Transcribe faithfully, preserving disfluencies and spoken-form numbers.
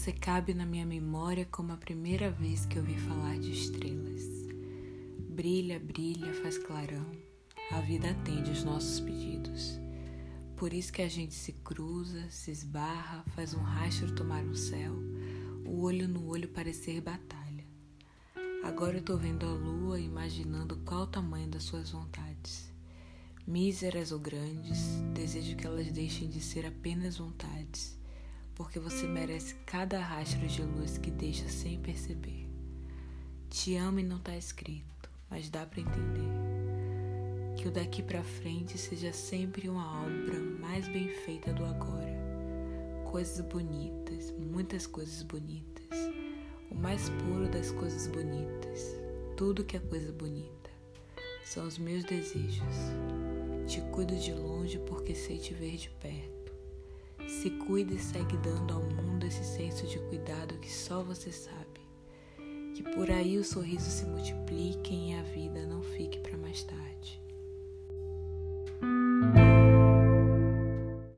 Você cabe na minha memória como a primeira vez que ouvi falar de estrelas. Brilha, brilha, faz clarão. A vida atende os nossos pedidos. Por isso que a gente se cruza, se esbarra, faz um rastro tomar um céu, o olho no olho parecer batalha. Agora eu tô vendo a lua, imaginando qual o tamanho das suas vontades. Míseras ou grandes, desejo que elas deixem de ser apenas vontades, porque você merece cada rastro de luz que deixa sem perceber. Te amo e não tá escrito, mas dá pra entender. Que o daqui pra frente seja sempre uma obra mais bem feita do agora. Coisas bonitas, muitas coisas bonitas. O mais puro das coisas bonitas. Tudo que é coisa bonita. São os meus desejos. Te cuido de longe porque sei te ver de perto. Se cuida e segue dando ao mundo esse senso de cuidado que só você sabe. Que por aí os sorrisos se multipliquem e a vida não fique